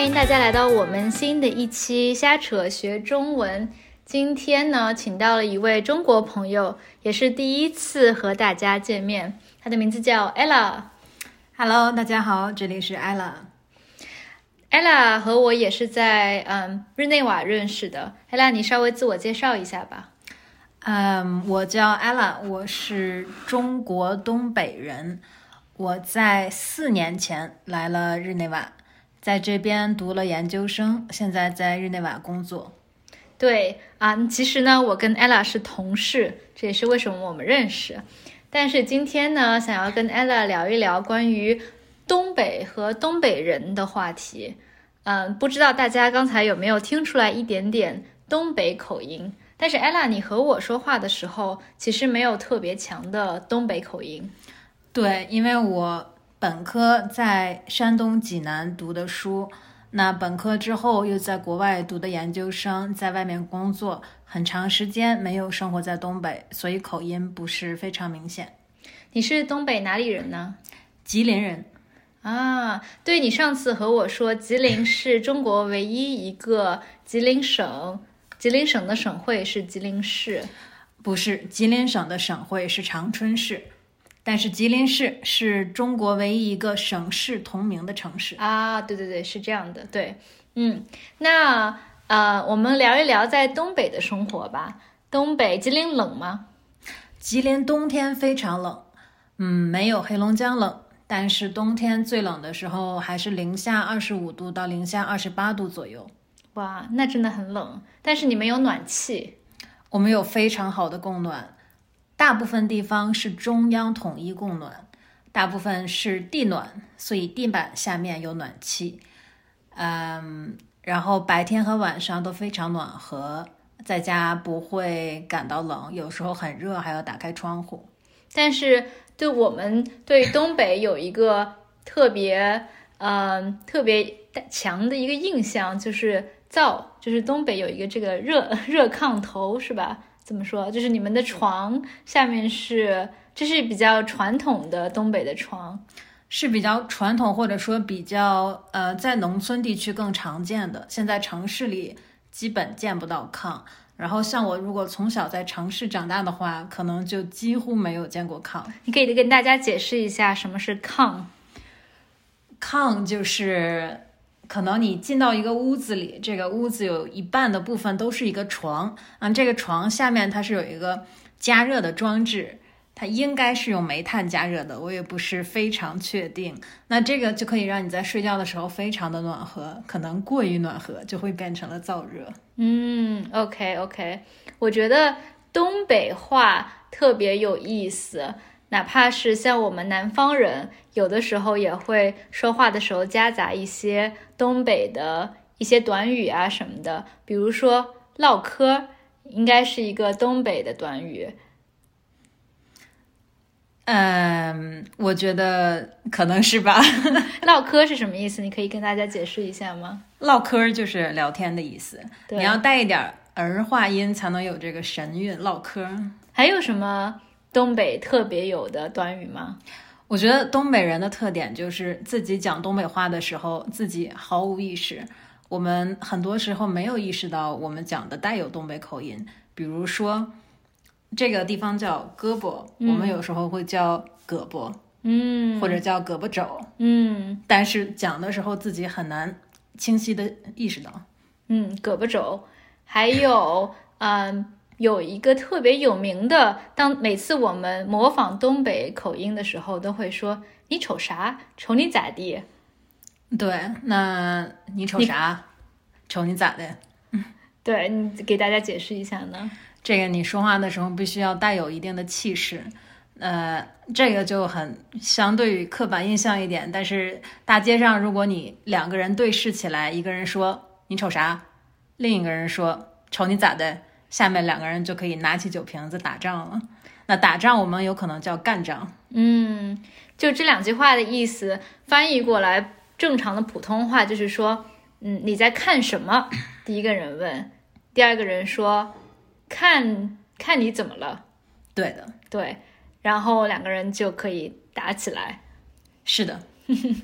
迎大家来到我们新的一期瞎扯学中文。今天呢，请到了一位中国朋友，也是第一次和大家见面，他的名字叫 Ella。Hello， 大家好，这里是 Ella。Ella 和我也是在日内瓦认识的。Ella， 你稍微自我介绍一下吧。 我叫 Ella， 我是中国东北人。我在4年前来了日内瓦，在这边读了研究生，现在在日内瓦工作。 对其实呢，我跟 Ella 是同事，这也是为什么我们认识。但是今天呢，想要跟 Ella 聊一聊关于东北和东北人的话题。不知道大家刚才有没有听出来一点点东北口音？但是 Ella， 你和我说话的时候，其实没有特别强的东北口音。 对，因为我本科在山东济南读的书，那本科之后又在国外读的研究生，在外面工作很长时间，没有生活在东北，所以口音不是非常明显。 你是东北哪里人呢？ 吉林人。 对，你上次和我说吉林是中国唯一一个吉林省，吉林省的省会是吉林市。 不是，吉林省的省会是长春市，但是吉林市是中国唯一一个省市同名的城市。 对，是这样的。对，那我们聊一聊在东北的生活吧。东北吉林冷吗？ 吉林冬天非常冷，没有黑龙江冷，但是冬天最冷的时候还是-25度到-28度左右。 哇，那真的很冷。但是你们有暖气？ 我们有非常好的供暖，大部分地方是中央统一供暖，大部分是地暖，所以地板下面有暖气。然后白天和晚上都非常暖和，在家不会感到冷，有时候很热还要打开窗户。 但是我们对东北有一个特别强的一个印象，就是东北有一个这个热炕头，是吧？怎么说？就是你们的床下面这是比较传统的东北的床， 是比较传统，或者说比较在农村地区更常见的，现在城市里基本见不到炕。然后像我如果从小在城市长大的话，可能就几乎没有见过炕。 你可以跟大家解释一下什么是炕。 炕就是可能你进到一个屋子里，这个屋子有一半的部分都是一个床，这个床下面它是有一个加热的装置，它应该是用煤炭加热的，我也不是非常确定。那这个就可以让你在睡觉的时候非常的暖和，可能过于暖和就会变成了燥热。 OK， 我觉得东北话特别有意思，哪怕是像我们南方人，有的时候也会说话的时候夹杂一些东北的一些短语啊什么的，比如说唠嗑，应该是一个东北的短语。 我觉得可能是吧。 唠嗑是什么意思？你可以跟大家解释一下吗？ 唠嗑就是聊天的意思，你要带一点儿化音才能有这个神韵。唠嗑还有什么东北特别有的短语吗？ 我觉得东北人的特点就是自己讲东北话的时候自己毫无意识，我们很多时候没有意识到我们讲的带有东北口音。比如说这个地方叫胳膊，我们有时候会叫胳膊，或者叫胳膊肘，但是讲的时候自己很难清晰的意识到。 胳膊肘。还有有一个特别有名的，每次我们模仿东北口音的时候都会说你瞅啥，瞅你咋地。 对，那你瞅啥，瞅你咋的。 对，你给大家解释一下呢？ 这个你说话的时候必须要带有一定的气势，这个就很相对于刻板印象一点，但是大街上如果你2个人对视起来，一个人说你瞅啥，另一个人说瞅你咋的，下面2个人就可以拿起酒瓶子打仗了。那打仗我们有可能叫干仗。 就这2句话的意思翻译过来，正常的普通话就是说你在看什么？第一个人问，第二个人说看你怎么了。 对的， 对，然后2个人就可以打起来。 是的。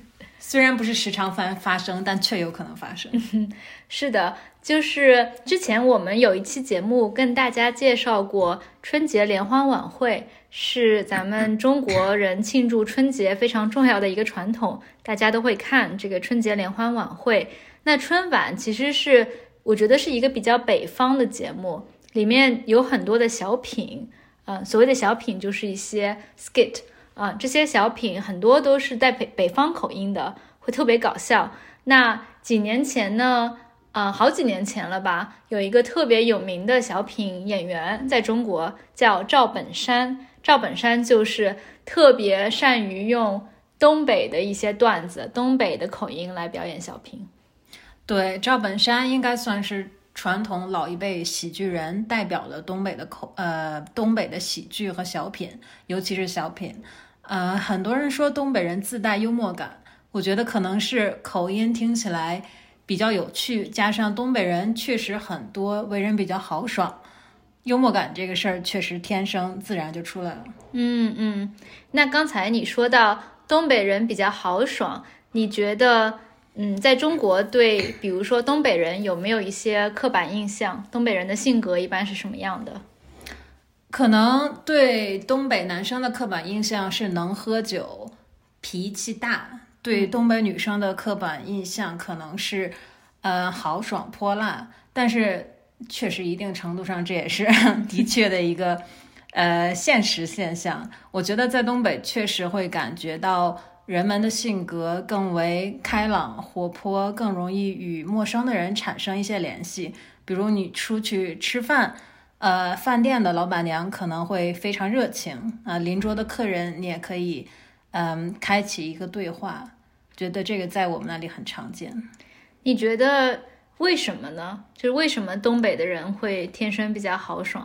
虽然不是时常发生，但却有可能发生。 是的，就是之前我们有一期节目跟大家介绍过春节联欢晚会，是咱们中国人庆祝春节非常重要的一个传统，大家都会看这个春节联欢晚会。那春晚其实是我觉得是一个比较北方的节目，里面有很多的小品，所谓的小品就是一些 skit，这些小品很多都是带北方口音的，会特别搞笑。那几年前呢，好几年前了吧，有一个特别有名的小品演员在中国叫赵本山。赵本山就是特别善于用东北的一些段子、东北的口音来表演小品。 对，赵本山应该算是传统老一辈喜剧人代表了东北的喜剧和小品，尤其是小品。很多人说东北人自带幽默感，我觉得可能是口音听起来比较有趣，加上东北人确实很多为人比较豪爽，幽默感这个事儿确实天生自然就出来了。 那刚才你说到东北人比较豪爽，你觉得在中国对比如说东北人有没有一些刻板印象？东北人的性格一般是什么样的？ 可能对东北男生的刻板印象是能喝酒、脾气大。对东北女生的刻板印象可能是豪爽泼辣，但是确实一定程度上这也是的确的一个现实现象。我觉得在东北确实会感觉到人们的性格更为开朗活泼，更容易与陌生的人产生一些联系。比如你出去吃饭，饭店的老板娘可能会非常热情邻桌的客人你也可以开启一个对话，觉得这个在我们那里很常见。 你觉得为什么呢？就是为什么东北的人会天生比较豪爽？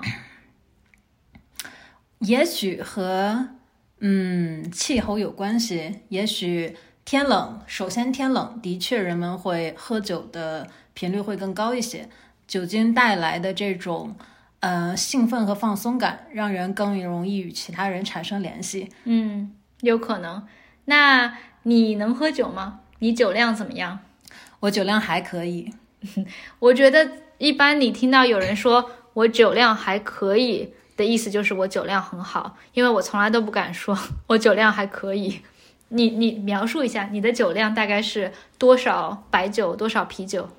也许和气候有关系，也许天冷，首先天冷的确人们会喝酒的频率会更高一些，酒精带来的这种兴奋和放松感让人更容易与其他人产生联系。 有可能。那你能喝酒吗？你酒量怎么样？ 我酒量还可以。 我觉得一般你听到有人说我酒量还可以的意思就是我酒量很好，因为我从来都不敢说我酒量还可以。你描述一下你的酒量大概是多少白酒多少啤酒？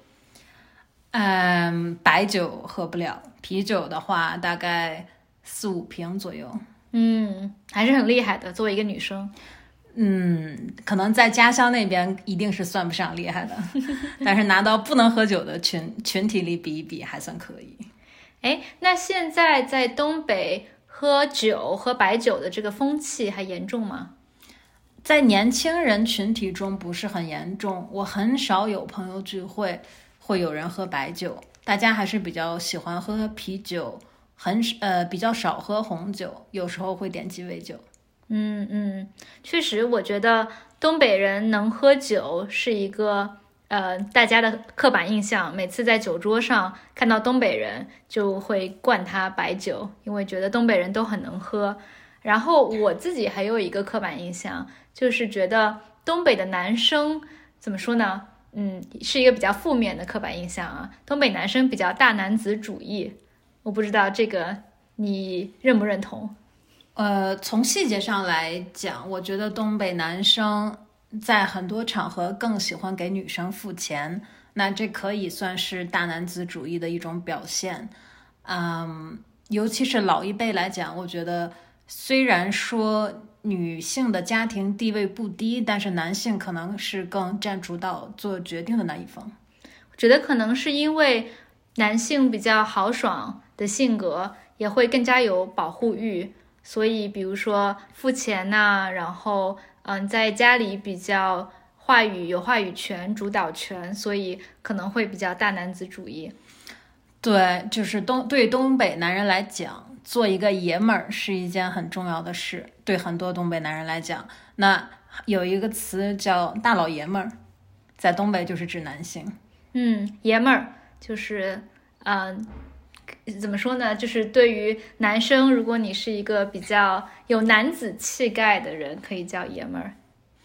白酒喝不了，啤酒的话大概4-5瓶左右。 还是很厉害的，作为一个女生。 可能在家乡那边一定是算不上厉害的但是拿到不能喝酒的群体里比一比还算可以。 那现在在东北喝白酒的这个风气还严重吗？ 在年轻人群体中不是很严重，我很少有朋友聚会会有人喝白酒，大家还是比较喜欢喝啤酒，比较少喝红酒，有时候会点鸡尾酒。 确实，我觉得东北人能喝酒是一个大家的刻板印象。每次在酒桌上看到东北人，就会灌他白酒，因为觉得东北人都很能喝。然后我自己还有一个刻板印象，就是觉得东北的男生怎么说呢？是一个比较负面的刻板印象啊。东北男生比较大男子主义，我不知道这个你认不认同？ 从细节上来讲，我觉得东北男生在很多场合更喜欢给女生付钱，那这可以算是大男子主义的一种表现。尤其是老一辈来讲，我觉得虽然说女性的家庭地位不低，但是男性可能是更占主导做决定的那一方。 我觉得可能是因为男性比较豪爽的性格，也会更加有保护欲，所以比如说付钱呐，然后在家里比较有话语权、主导权，所以可能会比较大男子主义。 对，就是对东北男人来讲，做一个爷们儿是一件很重要的事。对很多东北男人来讲，那有一个词叫大老爷们儿，在东北就是指男性。 爷们儿就是怎么说呢？就是对于男生，如果你是一个比较有男子气概的人，可以叫爷们儿。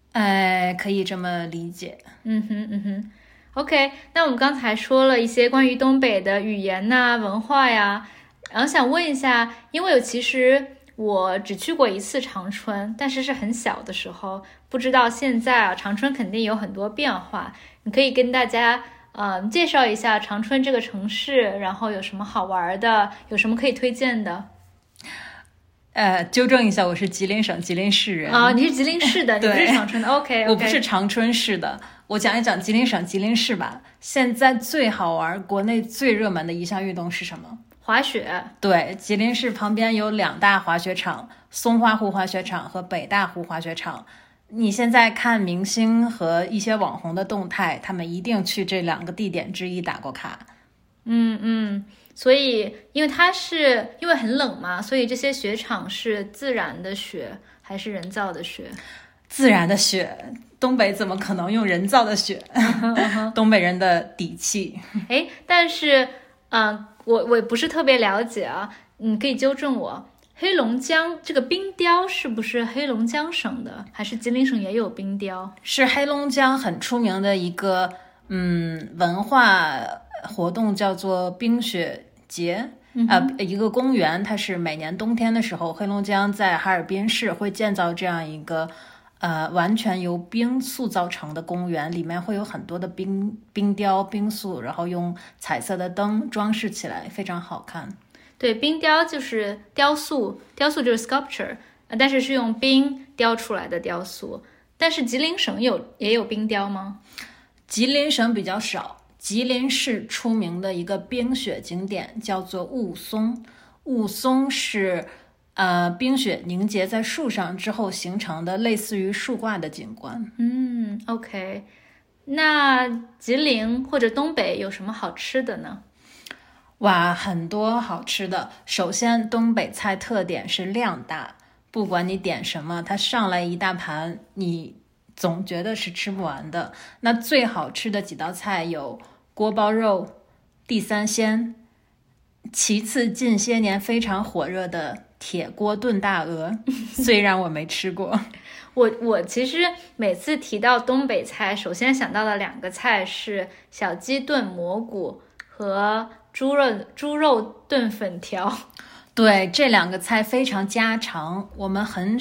可以这么理解。 OK， 那我们刚才说了一些关于东北的语言呐、文化呀，然后想问一下，因为其实我只去过一次长春，但是是很小的时候，不知道现在啊，长春肯定有很多变化，你可以跟大家介绍一下长春这个城市，然后有什么好玩的，有什么可以推荐的？ 纠正一下，我是吉林省吉林市人你是吉林市的，你不是长春的。OK， 我不是长春市的。我讲一讲吉林省吉林市吧。现在最好玩、国内最热门的一项运动是什么？ 滑雪。 对，吉林市旁边有2大滑雪场，松花湖滑雪场和北大湖滑雪场。你现在看明星和一些网红的动态，他们一定去这2个地点之一打过卡。 所以因为很冷嘛，所以这些雪场是自然的雪还是人造的雪？ 自然的雪，东北怎么可能用人造的雪？东北人的底气。 但是我也不是特别了解啊，你可以纠正我。黑龙江这个冰雕是不是黑龙江省的，还是吉林省也有冰雕？ 是黑龙江很出名的一个文化活动，叫做冰雪节。一个公园，它是每年冬天的时候，黑龙江在哈尔滨市会建造这样一个完全由冰塑造成的公园，里面会有很多的冰雕、冰塑，然后用彩色的灯装饰起来，非常好看。 对，冰雕就是雕塑，雕塑就是 sculpture，但是是用冰雕出来的雕塑。但是吉林省也有冰雕吗？ 吉林省比较少。吉林市出名的一个冰雪景点叫做雾凇，雾凇是冰雪凝结在树上之后形成的类似于树挂的景观。 OK， 那吉林或者东北有什么好吃的呢？ 哇，很多好吃的。首先，东北菜特点是量大，不管你点什么，它上来一大盘，你总觉得是吃不完的。那最好吃的几道菜有锅包肉、地三鲜，其次近些年非常火热的铁锅炖大鹅，虽然我没吃过。 我其实每次提到东北菜，首先想到的2个菜是小鸡炖蘑菇和猪肉炖粉条。 对，这2个菜非常家常，我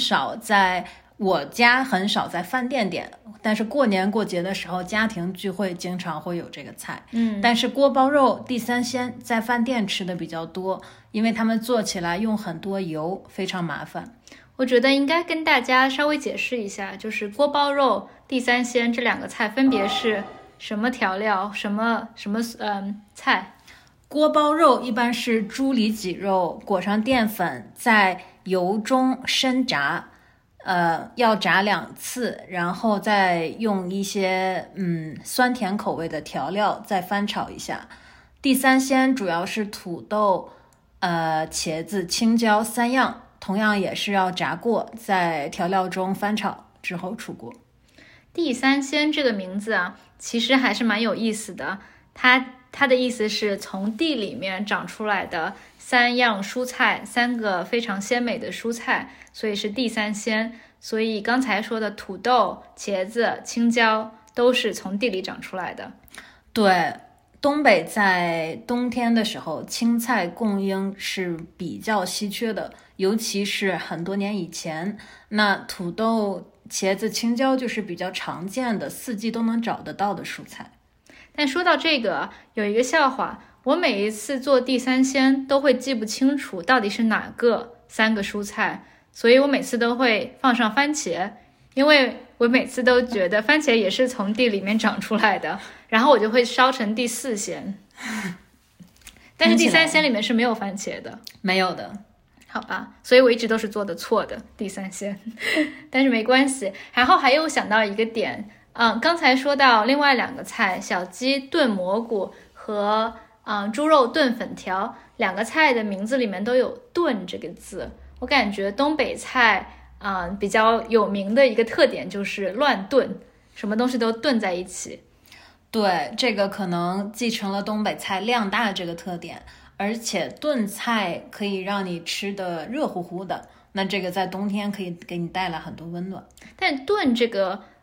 家很少在饭店点，但是过年过节的时候家庭聚会经常会有这个菜。但是锅包肉、地三鲜在饭店吃的比较多，因为他们做起来用很多油，非常麻烦。 我觉得应该跟大家稍微解释一下，就是锅包肉、地三鲜这2个菜分别是什么调料，什么菜？ 锅包肉一般是猪里脊肉裹上淀粉，在油中深炸，要炸2次，然后再用一些酸甜口味的调料再翻炒一下。地三鲜主要是土豆、茄子、青椒3样，同样也是要炸过，在调料中翻炒之后出锅。 地三鲜这个名字啊，其实还是蛮有意思的。它的意思是从地里面长出来的3样蔬菜，3个非常鲜美的蔬菜，所以是地三鲜。所以刚才说的土豆、茄子、青椒都是从地里长出来的。 对，东北在冬天的时候，青菜供应是比较稀缺的，尤其是很多年以前，那土豆、茄子、青椒就是比较常见的4季都能找得到的蔬菜。 但说到这个，有一个笑话，我每一次做地三鲜都会记不清楚到底是哪个3个蔬菜，所以我每次都会放上番茄，因为我每次都觉得番茄也是从地里面长出来的，然后我就会烧成地4鲜。但是地三鲜里面是没有番茄的。 没有的。 好吧，所以我一直都是做的错的地三鲜。但是没关系。然后还有想到一个点，刚才说到另外2个菜，小鸡炖蘑菇和猪肉炖粉条，2个菜的名字里面都有炖这个字。我感觉东北菜比较有名的一个特点就是乱炖，什么东西都炖在一起。 对，这个可能继承了东北菜量大这个特点，而且炖菜可以让你吃的热乎乎的，那这个在冬天可以给你带来很多温暖。 但炖这个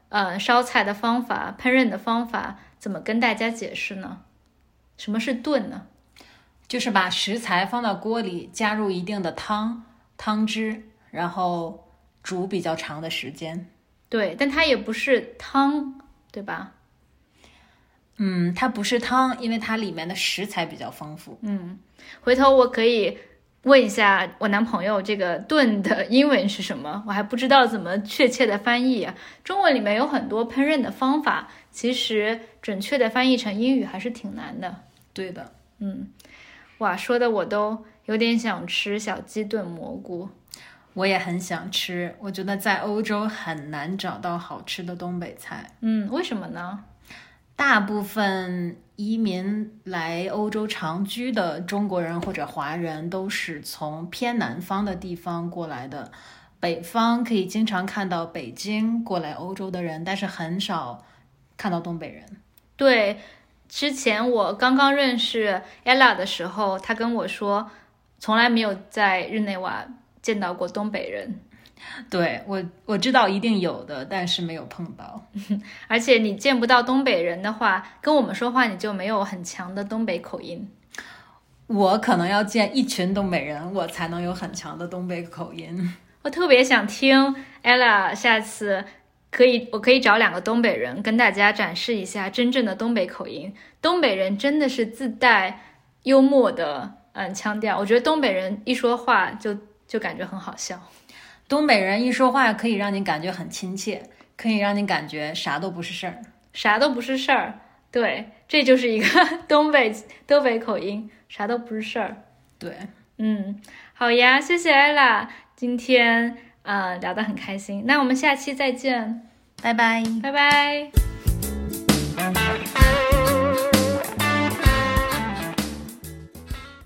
烧菜的方法、烹饪的方法，怎么跟大家解释呢？什么是炖呢？ 就是把食材放到锅里，加入一定的汤汁，然后煮比较长的时间。 对，但它也不是汤，对吧？ 它不是汤，因为它里面的食材比较丰富。 回头我可以问一下我男朋友，这个炖的英文是什么？我还不知道怎么确切的翻译啊。中文里面有很多烹饪的方法，其实准确的翻译成英语还是挺难的。 对的。 哇，说的我都有点想吃小鸡炖蘑菇。 我也很想吃，我觉得在欧洲很难找到好吃的东北菜。 为什么呢？ 大部分移民来欧洲长居的中国人或者华人都是从偏南方的地方过来的。北方可以经常看到北京过来欧洲的人，但是很少看到东北人。 对，之前我刚刚认识 Ella 的时候，她跟我说从来没有在日内瓦见到过东北人。 对，我知道一定有的，但是没有碰到。 而且你见不到东北人的话，跟我们说话你就没有很强的东北口音。 我可能要见一群东北人，我才能有很强的东北口音。 我特别想听 Ella 下次我可以找2个东北人跟大家展示一下真正的东北口音。东北人真的是自带幽默的腔调，我觉得东北人一说话就感觉很好笑。 东北人一说话可以让你感觉很亲切，可以让你感觉啥都不是事儿。 啥都不是事儿，对，这就是一个东北口音，啥都不是事儿。 对， 好呀，谢谢艾拉，今天聊得很开心，那我们下期再见， 拜拜， 拜拜。